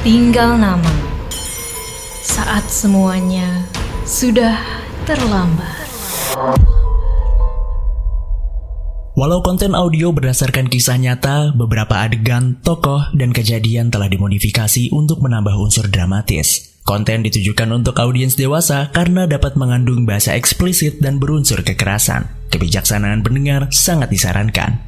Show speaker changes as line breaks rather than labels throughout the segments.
Tinggal nama. Saat semuanya sudah terlambat.
Walau konten audio berdasarkan kisah nyata, beberapa adegan, tokoh, dan kejadian telah dimodifikasi untuk menambah unsur dramatis. Konten ditujukan untuk audiens dewasa karena dapat mengandung bahasa eksplisit dan berunsur kekerasan. Kebijaksanaan pendengar sangat disarankan.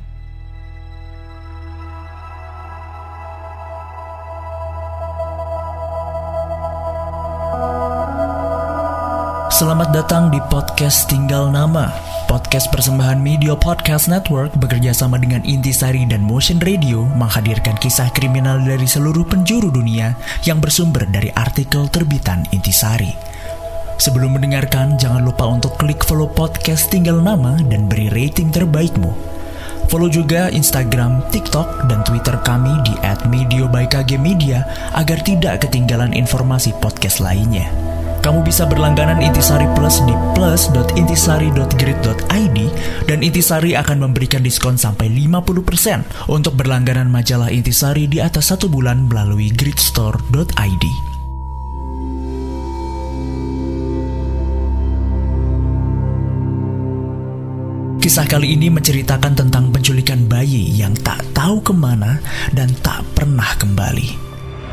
Selamat datang di podcast Tinggal Nama. Podcast persembahan Media Podcast Network bekerja sama dengan Intisari dan Motion Radio menghadirkan kisah kriminal dari seluruh penjuru dunia yang bersumber dari artikel terbitan Intisari. Sebelum mendengarkan, jangan lupa untuk klik follow podcast Tinggal Nama dan beri rating terbaikmu. Follow juga Instagram, TikTok, dan Twitter kami di @mediobyKGmedia agar tidak ketinggalan informasi podcast lainnya. Kamu bisa berlangganan Intisari Plus di plus.intisari.grid.id dan Intisari akan memberikan diskon sampai 50% untuk berlangganan majalah Intisari di atas 1 bulan melalui gridstore.id. Kisah kali ini menceritakan tentang penculikan bayi yang tak tahu kemana dan tak pernah kembali.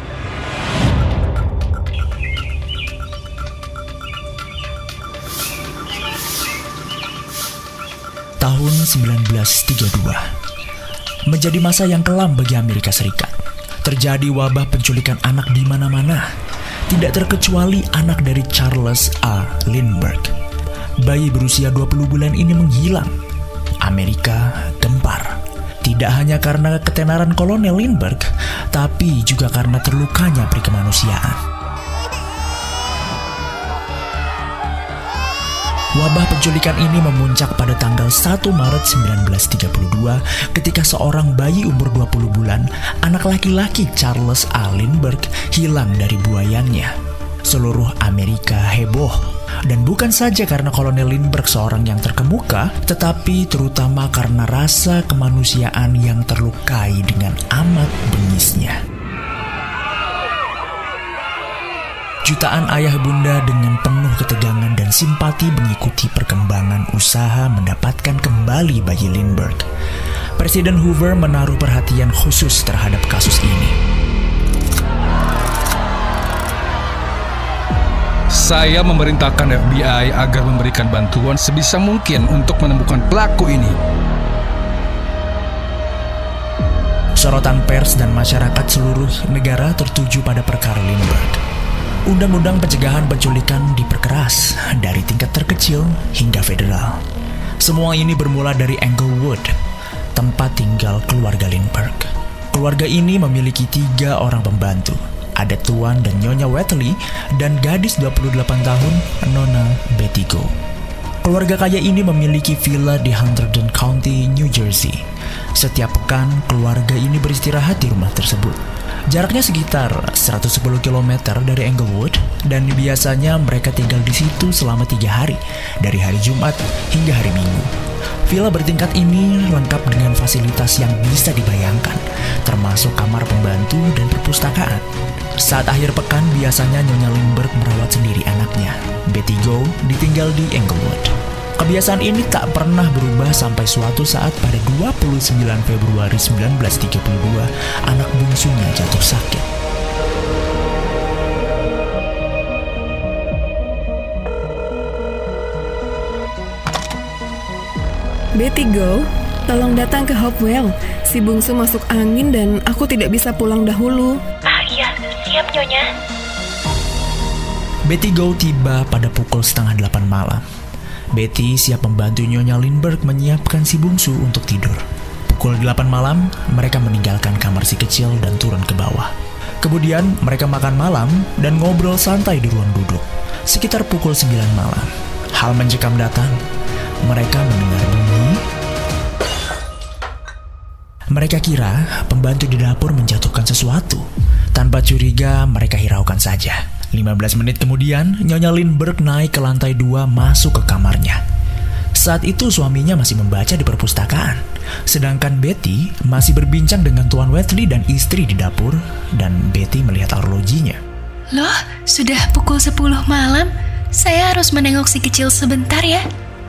Tahun 1932 menjadi masa yang kelam bagi Amerika Serikat. Terjadi wabah penculikan anak di mana-mana, tidak terkecuali anak dari Charles A. Lindbergh. Bayi berusia 20 bulan ini menghilang. Amerika gempar. Tidak hanya karena ketenaran Kolonel Lindbergh, tapi juga karena terlukanya peri kemanusiaan. Wabah penculikan ini memuncak pada tanggal 1 Maret 1932 ketika seorang bayi umur 20 bulan, anak laki-laki Charles A. Lindbergh, hilang dari buayannya. Seluruh Amerika heboh. Dan bukan saja karena Kolonel Lindbergh seorang yang terkemuka, tetapi terutama karena rasa kemanusiaan yang terlukai dengan amat bengisnya. Jutaan ayah bunda dengan penuh ketegangan dan simpati mengikuti perkembangan usaha mendapatkan kembali bayi Lindbergh. Presiden Hoover menaruh perhatian khusus terhadap kasus ini.
Saya memerintahkan FBI agar memberikan bantuan sebisa mungkin untuk menemukan pelaku ini.
Sorotan pers dan masyarakat seluruh negara tertuju pada perkara Lindbergh. Undang-undang pencegahan penculikan diperkeras dari tingkat terkecil hingga federal. Semua ini bermula dari Englewood, tempat tinggal keluarga Lindbergh. Keluarga ini memiliki 3 orang pembantu. Ada Tuan dan Nyonya Wheatley dan gadis 28 tahun, Nona Betty Go. Keluarga kaya ini memiliki villa di Hunterdon County, New Jersey. Setiap pekan, keluarga ini beristirahat di rumah tersebut. Jaraknya sekitar 110 km dari Englewood dan biasanya mereka tinggal di situ selama 3 hari, dari hari Jumat hingga hari Minggu. Villa bertingkat ini lengkap dengan fasilitas yang bisa dibayangkan, termasuk kamar pembantu dan perpustakaan. Saat akhir pekan biasanya Nyonya Lindbergh merawat sendiri anaknya. Betty Go ditinggal di Englewood. Kebiasaan ini tak pernah berubah sampai suatu saat pada 29 Februari 1932, anak bungsunya jatuh sakit.
Betty Go, tolong datang ke Hopewell. Si bungsu masuk angin dan aku tidak bisa pulang dahulu.
Iya, siap Nyonya.
Betty Go tiba pada pukul 7:30 malam. Betty siap membantu Nyonya Lindbergh menyiapkan si bungsu untuk tidur. Pukul 8 malam, mereka meninggalkan kamar si kecil dan turun ke bawah. Kemudian mereka makan malam dan ngobrol santai di ruang duduk. Sekitar pukul 9 malam, hal mencekam datang. Mereka mendengar bunyi. Mereka kira pembantu di dapur menjatuhkan sesuatu. Tanpa curiga, mereka hiraukan saja. 15 menit kemudian, Nyonya Lindbergh naik ke lantai 2 masuk ke kamarnya. Saat itu suaminya masih membaca di perpustakaan, sedangkan Betty masih berbincang dengan Tuan Wheatley dan istri di dapur, dan Betty melihat arlojinya.
Loh, sudah pukul 10 malam. Saya harus menengok si kecil sebentar ya.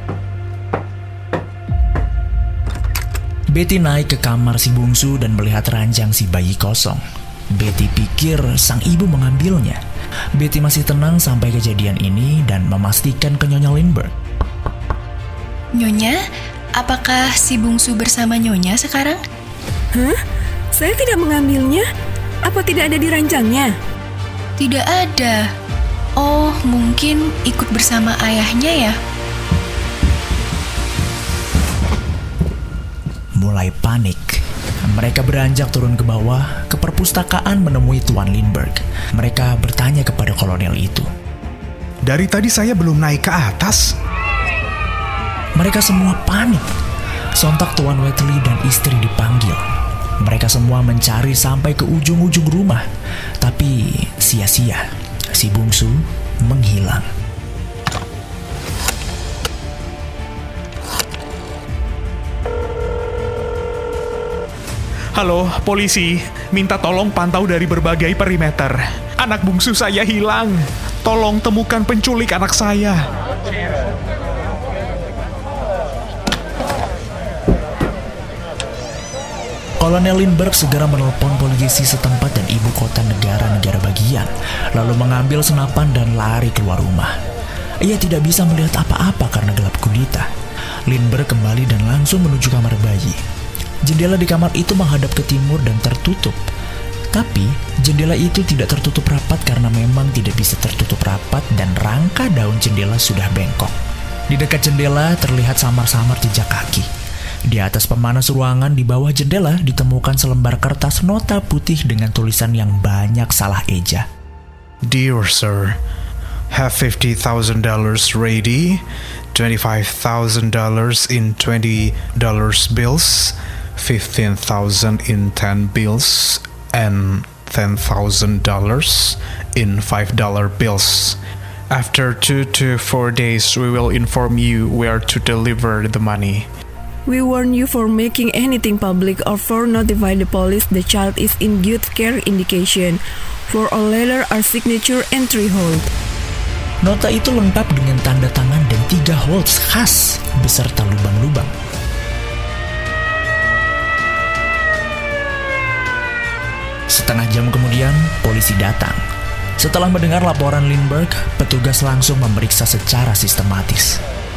Betty naik ke kamar si bungsu dan melihat ranjang si bayi kosong. Betty pikir sang ibu mengambilnya. Betty masih tenang sampai kejadian ini dan memastikan ke Nyonya Lindbergh.
Nyonya, apakah si bungsu bersama Nyonya sekarang?
Hah? Saya tidak mengambilnya? Apa tidak ada di ranjangnya?
Tidak ada. Oh, mungkin ikut bersama ayahnya ya?
Mulai panik, mereka beranjak turun ke bawah ke perpustakaan menemui Tuan Lindbergh. Mereka bertanya kepada kolonel itu.
Dari tadi saya belum naik ke atas.
Mereka semua panik. Sontak Tuan Wheatley dan istri dipanggil. Mereka semua mencari sampai ke ujung-ujung rumah. Tapi sia-sia, si bungsu menghilang.
Halo, polisi. Minta tolong pantau dari berbagai perimeter. Anak bungsu saya hilang. Tolong temukan penculik anak saya.
Kolonel Lindbergh segera menelpon polisi setempat dan ibu kota negara-negara bagian, lalu mengambil senapan dan lari keluar rumah. Ia tidak bisa melihat apa-apa karena gelap gulita. Lindbergh kembali dan langsung menuju kamar bayi. Jendela di kamar itu menghadap ke timur dan tertutup. Tapi jendela itu tidak tertutup rapat karena memang tidak bisa tertutup rapat dan rangka daun jendela sudah bengkok. Di dekat jendela terlihat samar-samar jejak kaki. Di atas pemanas ruangan di bawah jendela ditemukan selembar kertas nota putih dengan tulisan yang banyak salah eja.
Dear sir, have $50,000 ready, $25,000 in $20 bills, 15,000 in 10 bills, and $10,000 in $5 bills. After 2 to 4 days, we will inform you where to deliver the money.
We warn you for making anything public or for notify the police the child is in good care indication. For all letter are signature entry hold.
Nota itu lengkap dengan tanda tangan dan 3 holds khas beserta lubang-lubang. Setengah jam kemudian, polisi datang. Setelah mendengar laporan Lindbergh, petugas langsung memeriksa secara sistematis.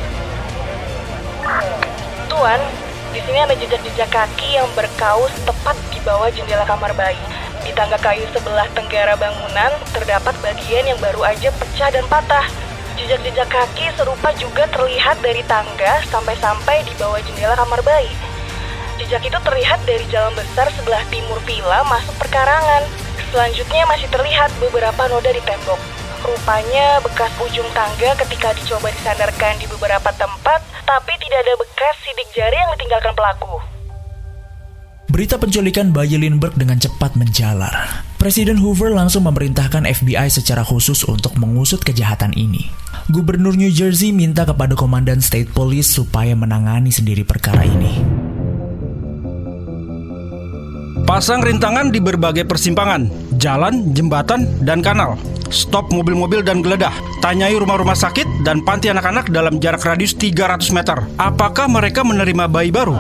Tuan, di sini ada jejak-jejak kaki yang berkaus tepat di bawah jendela kamar bayi. Di tangga kayu sebelah tenggara bangunan terdapat bagian yang baru aja pecah dan patah. Jejak-jejak kaki serupa juga terlihat dari tangga sampai-sampai di bawah jendela kamar bayi. Jejak itu terlihat dari jalan besar sebelah timur villa masuk perkarangan. Selanjutnya masih terlihat beberapa noda di tembok. Rupanya bekas ujung tangga ketika dicoba disandarkan di beberapa tempat, tapi tidak ada bekas sidik jari yang ditinggalkan pelaku.
Berita penculikan bayi Lindbergh dengan cepat menjalar. Presiden Hoover langsung memerintahkan FBI secara khusus untuk mengusut kejahatan ini. Gubernur New Jersey minta kepada Komandan State Police supaya menangani sendiri perkara ini.
Pasang rintangan di berbagai persimpangan, jalan, jembatan, dan kanal. Stop mobil-mobil dan geledah. Tanyai rumah-rumah sakit dan panti anak-anak dalam jarak radius 300 meter. Apakah mereka menerima bayi baru?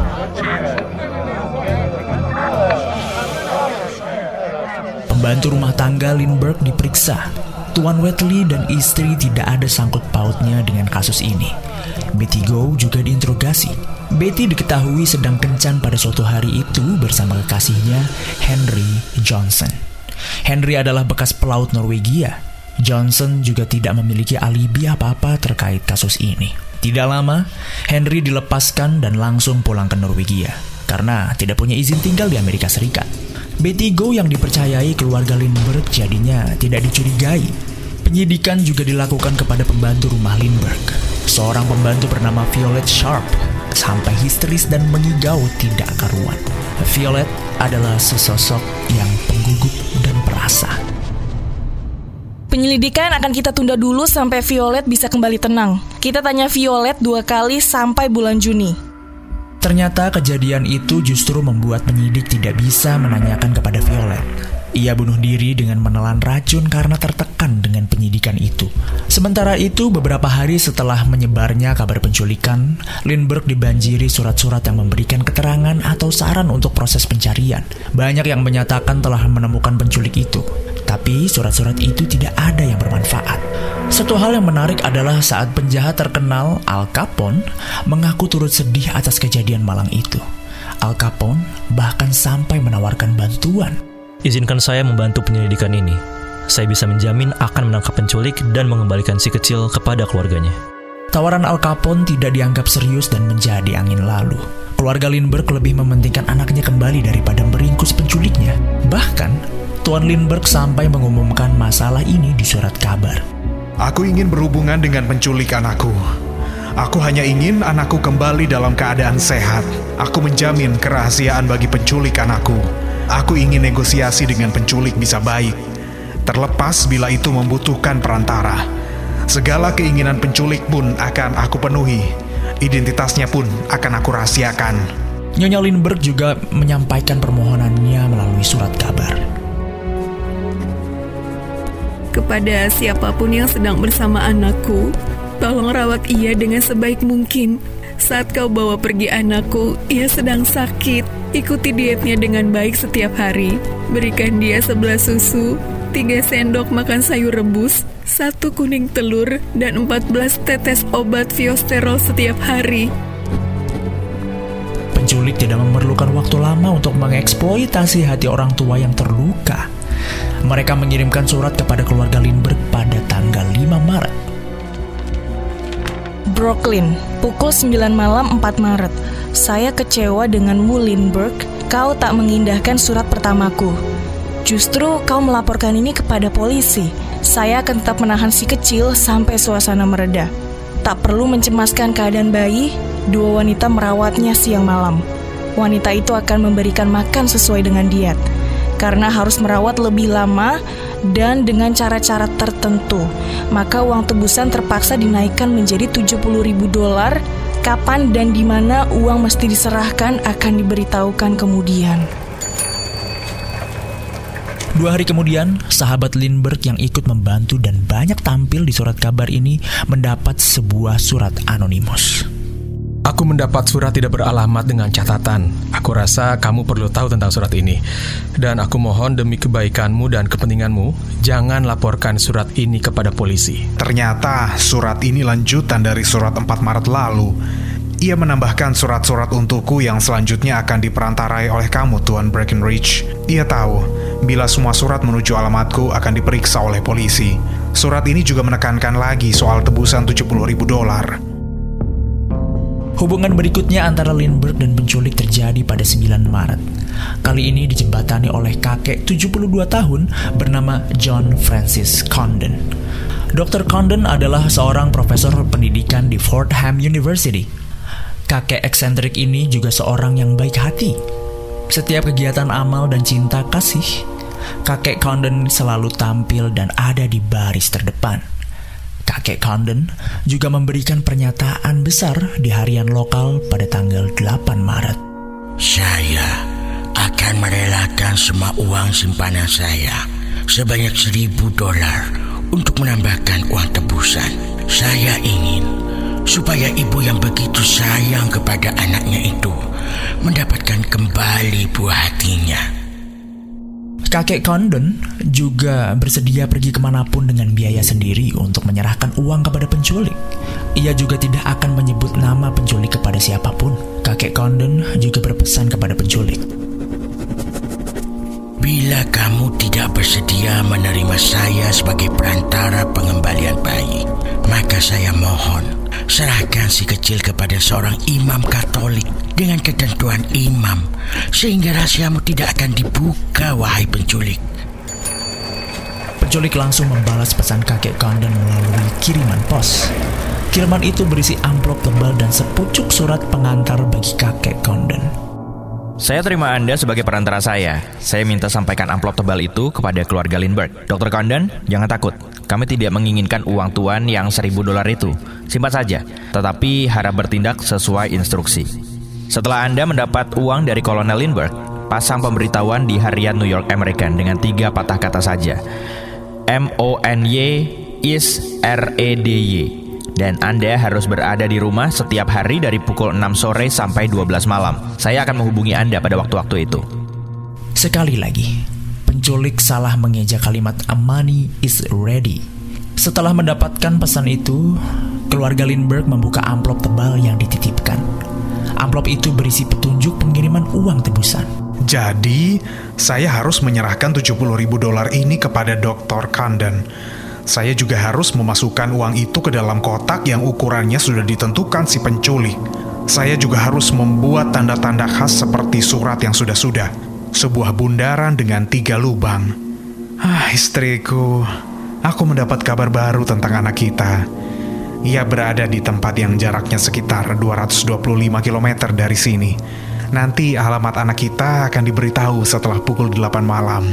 Pembantu rumah tangga Lindbergh diperiksa. Tuan Wheatley dan istri tidak ada sangkut pautnya dengan kasus ini. Betty Go juga diinterogasi. Betty diketahui sedang kencan pada suatu hari itu bersama kekasihnya Henry Johnson. Henry adalah bekas pelaut Norwegia. Johnson juga tidak memiliki alibi apa-apa terkait kasus ini. Tidak lama, Henry dilepaskan dan langsung pulang ke Norwegia karena tidak punya izin tinggal di Amerika Serikat. Betty Go yang dipercayai keluarga Lindbergh jadinya tidak dicurigai. Penyidikan juga dilakukan kepada pembantu rumah Lindbergh. Seorang pembantu bernama Violet Sharp sampai histeris dan mengigau tidak karuan. Violet adalah sesosok yang penggugup dan perasa.
Penyelidikan akan kita tunda dulu sampai Violet bisa kembali tenang. Kita tanya Violet 2 kali sampai bulan Juni.
Ternyata kejadian itu justru membuat penyidik tidak bisa menanyakan kepada Violet. Ia bunuh diri dengan menelan racun karena tertekan dengan penyidikan itu. Sementara itu, beberapa hari setelah menyebarnya kabar penculikan, Lindbergh dibanjiri surat-surat yang memberikan keterangan atau saran untuk proses pencarian. Banyak yang menyatakan telah menemukan penculik itu, tapi surat-surat itu tidak ada yang bermanfaat. Satu hal yang menarik adalah saat penjahat terkenal Al Capone mengaku turut sedih atas kejadian malang itu. Al Capone bahkan sampai menawarkan bantuan.
Izinkan saya membantu penyelidikan ini. Saya bisa menjamin akan menangkap penculik dan mengembalikan si kecil kepada keluarganya.
Tawaran Al Capone tidak dianggap serius dan menjadi angin lalu. Keluarga Lindbergh lebih mementingkan anaknya kembali daripada meringkus penculiknya. Bahkan, Tuan Lindbergh sampai mengumumkan masalah ini di surat kabar.
Aku ingin berhubungan dengan penculik anakku. Aku hanya ingin anakku kembali dalam keadaan sehat. Aku menjamin kerahasiaan bagi penculik anakku. Aku ingin negosiasi dengan penculik bisa baik, terlepas bila itu membutuhkan perantara. Segala keinginan penculik pun akan aku penuhi. Identitasnya pun akan aku rahasiakan.
Nyonya Lindbergh juga menyampaikan permohonannya melalui surat kabar.
Kepada siapapun yang sedang bersama anakku, tolong rawat ia dengan sebaik mungkin. Saat kau bawa pergi anakku, ia sedang sakit. Ikuti dietnya dengan baik setiap hari. Berikan dia 11 susu, 3 sendok makan sayur rebus, 1 kuning telur, dan 14 tetes obat Viosterol setiap hari.
Penculik tidak memerlukan waktu lama untuk mengeksploitasi hati orang tua yang terluka. Mereka mengirimkan surat kepada keluarga Lindbergh pada tanggal 5 Maret.
Brooklyn, pukul 9 malam 4 Maret. Saya kecewa denganmu, Lindbergh. Kau tak mengindahkan surat pertamaku. Justru kau melaporkan ini kepada polisi. Saya akan tetap menahan si kecil sampai suasana mereda. Tak perlu mencemaskan keadaan bayi. 2 wanita merawatnya siang malam. Wanita itu akan memberikan makan sesuai dengan diet. Karena harus merawat lebih lama dan dengan cara-cara tertentu, maka uang tebusan terpaksa dinaikkan menjadi $70.000. Kapan dan di mana uang mesti diserahkan akan diberitahukan kemudian.
2 hari kemudian, sahabat Lindbergh yang ikut membantu dan banyak tampil di surat kabar ini mendapat sebuah surat anonimus.
Aku mendapat surat tidak beralamat dengan catatan. Aku rasa kamu perlu tahu tentang surat ini. Dan aku mohon demi kebaikanmu dan kepentinganmu, jangan laporkan surat ini kepada polisi.
Ternyata surat ini lanjutan dari surat 4 Maret lalu. Ia menambahkan surat-surat untukku yang selanjutnya akan diperantarai oleh kamu, Tuan Breckenridge. Ia tahu, bila semua surat menuju alamatku akan diperiksa oleh polisi. Surat ini juga menekankan lagi soal tebusan $70.000.
Hubungan berikutnya antara Lindbergh dan penculik terjadi pada 9 Maret. Kali ini dijembatani oleh kakek 72 tahun bernama John Francis Condon. Dr. Condon adalah seorang profesor pendidikan di Fordham University. Kakek eksentrik ini juga seorang yang baik hati. Setiap kegiatan amal dan cinta kasih, kakek Condon selalu tampil dan ada di baris terdepan. Kakek Condon juga memberikan pernyataan besar di harian lokal pada tanggal 8 Maret.
Saya akan merelakan semua uang simpanan saya sebanyak $1.000 untuk menambahkan uang tebusan. Saya ingin supaya ibu yang begitu sayang kepada anaknya itu mendapatkan kembali buah hatinya.
Kakek Condon juga bersedia pergi kemanapun dengan biaya sendiri untuk menyerahkan uang kepada penculik. Ia juga tidak akan menyebut nama penculik kepada siapapun. Kakek Condon juga berpesan kepada penculik.
Bila kamu tidak bersedia menerima saya sebagai perantara pengembalian bayi, maka saya mohon serahkan si kecil kepada seorang imam Katolik dengan ketentuan imam, sehingga rahasiamu tidak akan dibuka, wahai penculik.
Penculik langsung membalas pesan kakek Condon melalui kiriman pos. Kiriman itu berisi amplop tebal dan sepucuk surat pengantar bagi kakek Condon.
Saya terima Anda sebagai perantara saya. Saya minta sampaikan amplop tebal itu kepada keluarga Lindbergh. Dr. Condon, jangan takut. Kami tidak menginginkan uang tuan yang $1.000 itu. Simpan saja, tetapi harap bertindak sesuai instruksi. Setelah Anda mendapat uang dari Kolonel Lindbergh, pasang pemberitahuan di harian New York American dengan 3 patah kata saja. MONY is REDY. Dan Anda harus berada di rumah setiap hari dari pukul 6 sore sampai 12 malam. Saya akan menghubungi Anda pada waktu-waktu itu.
Sekali lagi, penculik salah mengeja kalimat money is ready. Setelah mendapatkan pesan itu, keluarga Lindbergh membuka amplop tebal yang dititipkan. Amplop itu berisi petunjuk pengiriman uang tebusan.
Jadi, saya harus menyerahkan $70.000 ini kepada Dr. Condon. Saya juga harus memasukkan uang itu ke dalam kotak yang ukurannya sudah ditentukan si penculik. Saya juga harus membuat tanda-tanda khas seperti surat yang sudah-sudah. Sebuah bundaran dengan 3 lubang. Istriku, aku mendapat kabar baru tentang anak kita. Ia berada di tempat yang jaraknya sekitar 225 km dari sini. Nanti alamat anak kita akan diberitahu setelah pukul 8 malam.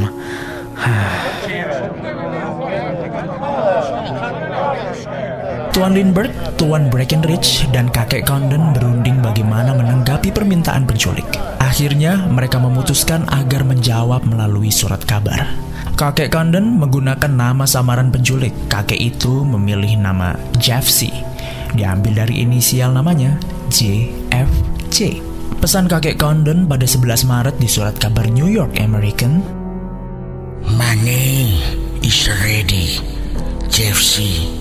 Tuan Lindbergh, Tuan Breckenridge, dan kakek Condon berunding bagaimana menanggapi permintaan penculik. Akhirnya, mereka memutuskan agar menjawab melalui surat kabar. Kakek Condon menggunakan nama samaran penculik. Kakek itu memilih nama Jeffsy. Diambil dari inisial namanya, JFC. Pesan kakek Condon pada 11 Maret di surat kabar New York American.
Money is ready, Jeffsy.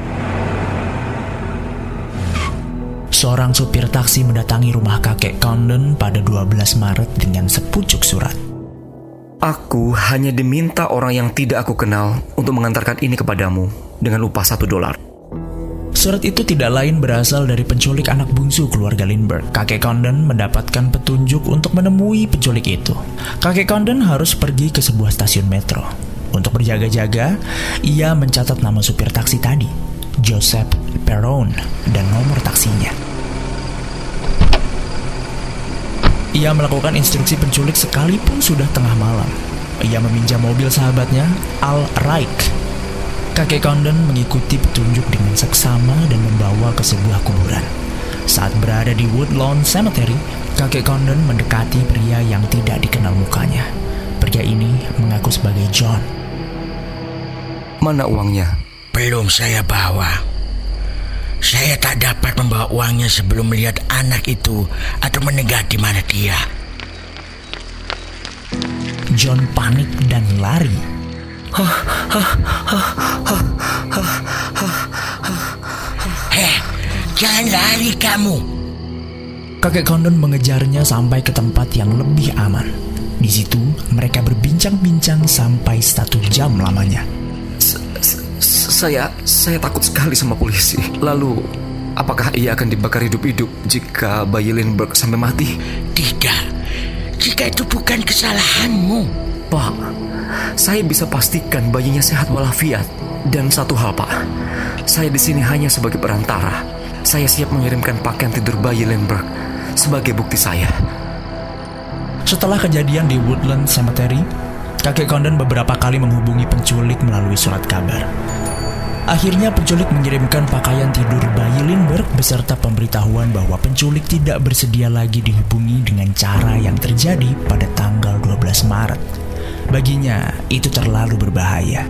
Seorang supir taksi mendatangi rumah kakek Condon pada 12 Maret dengan sepucuk surat.
Aku hanya diminta orang yang tidak aku kenal untuk mengantarkan ini kepadamu dengan upah $1.
Surat itu tidak lain berasal dari penculik anak bungsu keluarga Lindbergh. Kakek Condon mendapatkan petunjuk untuk menemui penculik itu. Kakek Condon harus pergi ke sebuah stasiun metro. Untuk berjaga-jaga, ia mencatat nama supir taksi tadi, Joseph Perron, dan nomor taksinya. Ia melakukan instruksi penculik sekalipun sudah tengah malam. Ia meminjam mobil sahabatnya, Al Reich. Kakek Condon mengikuti petunjuk dengan seksama dan membawa ke sebuah kuburan. Saat berada di Woodlawn Cemetery, kakek Condon mendekati pria yang tidak dikenal mukanya. Pria ini mengaku sebagai John.
Mana uangnya?
Belum saya bawa. Saya tak dapat membawa uangnya sebelum melihat anak itu atau menegak di mana dia.
John panik dan lari.
Jangan lari kamu.
Kakek Condon mengejarnya sampai ke tempat yang lebih aman. Di situ mereka berbincang-bincang sampai 1 jam lamanya.
Saya takut sekali sama polisi. Lalu, apakah ia akan dibakar hidup-hidup jika bayi Lindbergh sampai mati?
Tidak. Jika itu bukan kesalahanmu.
Pak, saya bisa pastikan bayinya sehat walafiat. Dan satu hal, Pak. Saya di sini hanya sebagai perantara. Saya siap mengirimkan pakaian tidur bayi Lindbergh sebagai bukti saya.
Setelah kejadian di Woodlawn Cemetery, kakek Condon beberapa kali menghubungi penculik melalui surat kabar. Akhirnya penculik mengirimkan pakaian tidur bayi Lindbergh beserta pemberitahuan bahwa penculik tidak bersedia lagi dihubungi dengan cara yang terjadi pada tanggal 12 Maret. Baginya, itu terlalu berbahaya.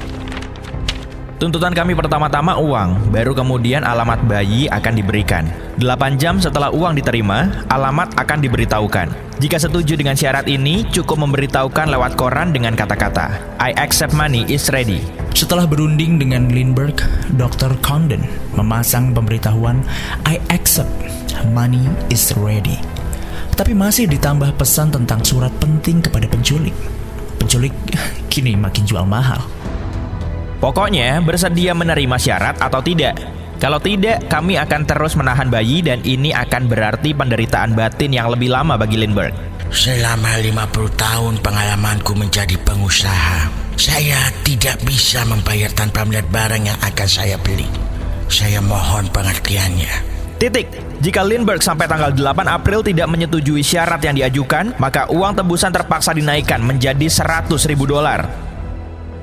Tuntutan kami pertama-tama uang, baru kemudian alamat bayi akan diberikan. 8 jam setelah uang diterima, alamat akan diberitahukan. Jika setuju dengan syarat ini, cukup memberitahukan lewat koran dengan kata-kata, I accept money is ready.
Setelah berunding dengan Lindbergh, Dr. Condon memasang pemberitahuan, I accept money is ready. Tapi masih ditambah pesan tentang surat penting kepada penculik. Penculik kini makin jual mahal.
Pokoknya bersedia menerima syarat atau tidak. Kalau tidak, kami akan terus menahan bayi dan ini akan berarti penderitaan batin yang lebih lama bagi Lindbergh.
Selama 50 tahun pengalamanku menjadi pengusaha, saya tidak bisa membayar tanpa melihat barang yang akan saya beli. Saya mohon pengertiannya.
Titik. Jika Lindbergh sampai tanggal 8 April tidak menyetujui syarat yang diajukan, maka uang tebusan terpaksa dinaikkan menjadi $100.000.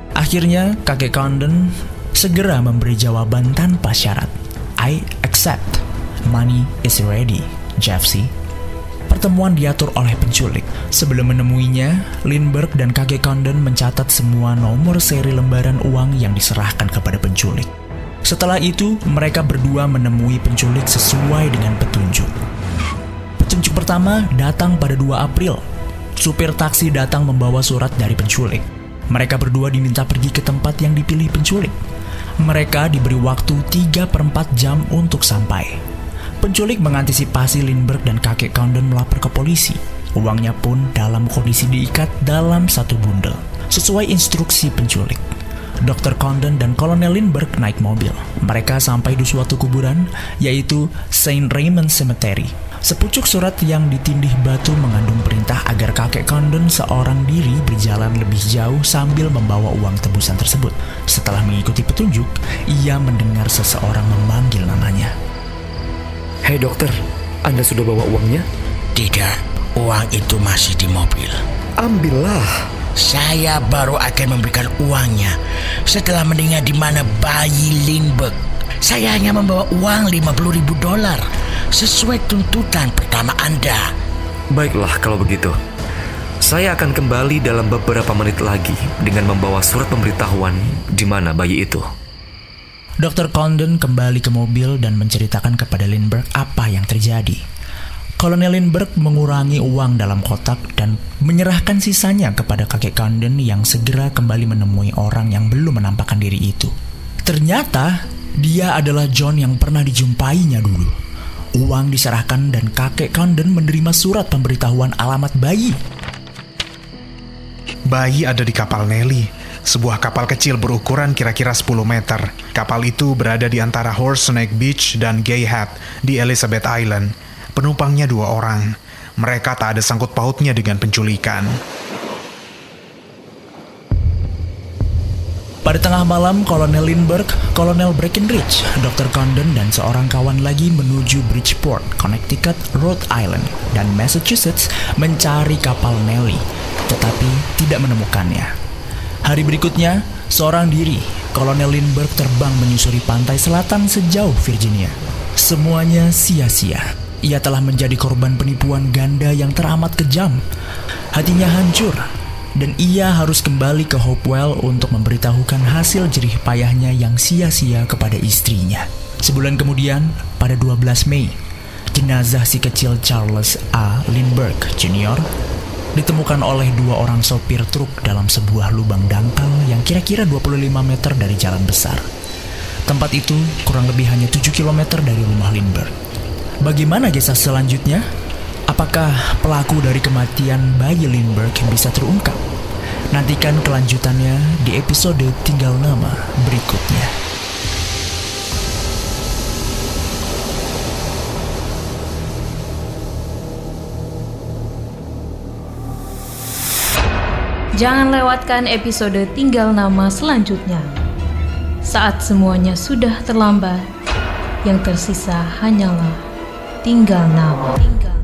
Akhirnya kakek Condon segera memberi jawaban tanpa syarat. I accept. Money is ready, Jeffsy. Pertemuan diatur oleh penculik. Sebelum menemuinya, Lindbergh dan kakek Condon mencatat semua nomor seri lembaran uang yang diserahkan kepada penculik. Setelah itu, mereka berdua menemui penculik sesuai dengan petunjuk. Petunjuk pertama datang pada 2 April. Supir taksi datang membawa surat dari penculik. Mereka berdua diminta pergi ke tempat yang dipilih penculik. Mereka diberi waktu 3/4 jam untuk sampai. Penculik mengantisipasi Lindbergh dan kakek Condon melapor ke polisi. Uangnya pun dalam kondisi diikat dalam satu bundel, sesuai instruksi penculik. Dr. Condon dan Kolonel Lindbergh naik mobil. Mereka sampai di suatu kuburan, yaitu St. Raymond Cemetery. Sepucuk surat yang ditindih batu mengandung perintah agar kakek Condon seorang diri berjalan lebih jauh sambil membawa uang tebusan tersebut. Setelah mengikuti petunjuk, ia mendengar seseorang memanggil namanya.
Hei dokter, Anda sudah bawa uangnya?
Tidak, uang itu masih di mobil.
Ambillah.
Saya baru akan memberikan uangnya setelah mendengar di mana bayi Lindbergh. Saya hanya membawa uang $50.000 sesuai tuntutan pertama Anda.
Baiklah kalau begitu. Saya akan kembali dalam beberapa menit lagi dengan membawa surat pemberitahuan di mana bayi itu.
Dr. Condon kembali ke mobil dan menceritakan kepada Lindbergh apa yang terjadi. Kolonel Lindbergh mengurangi uang dalam kotak dan menyerahkan sisanya kepada kakek Condon yang segera kembali menemui orang yang belum menampakkan diri itu. Ternyata dia adalah John yang pernah dijumpainya dulu. Uang diserahkan dan kakek Condon menerima surat pemberitahuan alamat bayi.
Bayi ada di kapal Nellie, sebuah kapal kecil berukuran kira-kira 10 meter. Kapal itu berada di antara Horse-Neck Beach dan Gay Head di Elizabeth Island. Penumpangnya 2 orang. Mereka tak ada sangkut pautnya dengan penculikan.
Pada tengah malam, Kolonel Lindbergh, Kolonel Breckinridge, Dr. Condon, dan seorang kawan lagi menuju Bridgeport, Connecticut, Rhode Island, dan Massachusetts mencari kapal Nellie, tetapi tidak menemukannya. Hari berikutnya, seorang diri, Kolonel Lindbergh terbang menyusuri pantai selatan sejauh Virginia. Semuanya sia-sia. Ia telah menjadi korban penipuan ganda yang teramat kejam. Hatinya hancur, dan ia harus kembali ke Hopewell untuk memberitahukan hasil jerih payahnya yang sia-sia kepada istrinya. Sebulan kemudian, pada 12 Mei, jenazah si kecil Charles A. Lindbergh Jr. ditemukan oleh 2 orang sopir truk dalam sebuah lubang dangkal yang kira-kira 25 meter dari jalan besar. Tempat itu kurang lebih hanya 7 km dari rumah Lindbergh. Bagaimana kisah selanjutnya? Apakah pelaku dari kematian bayi Lindbergh bisa terungkap? Nantikan kelanjutannya di episode Tinggal Nama berikutnya.
Jangan lewatkan episode Tinggal Nama selanjutnya. Saat semuanya sudah terlambat, yang tersisa hanyalah tinggal nama.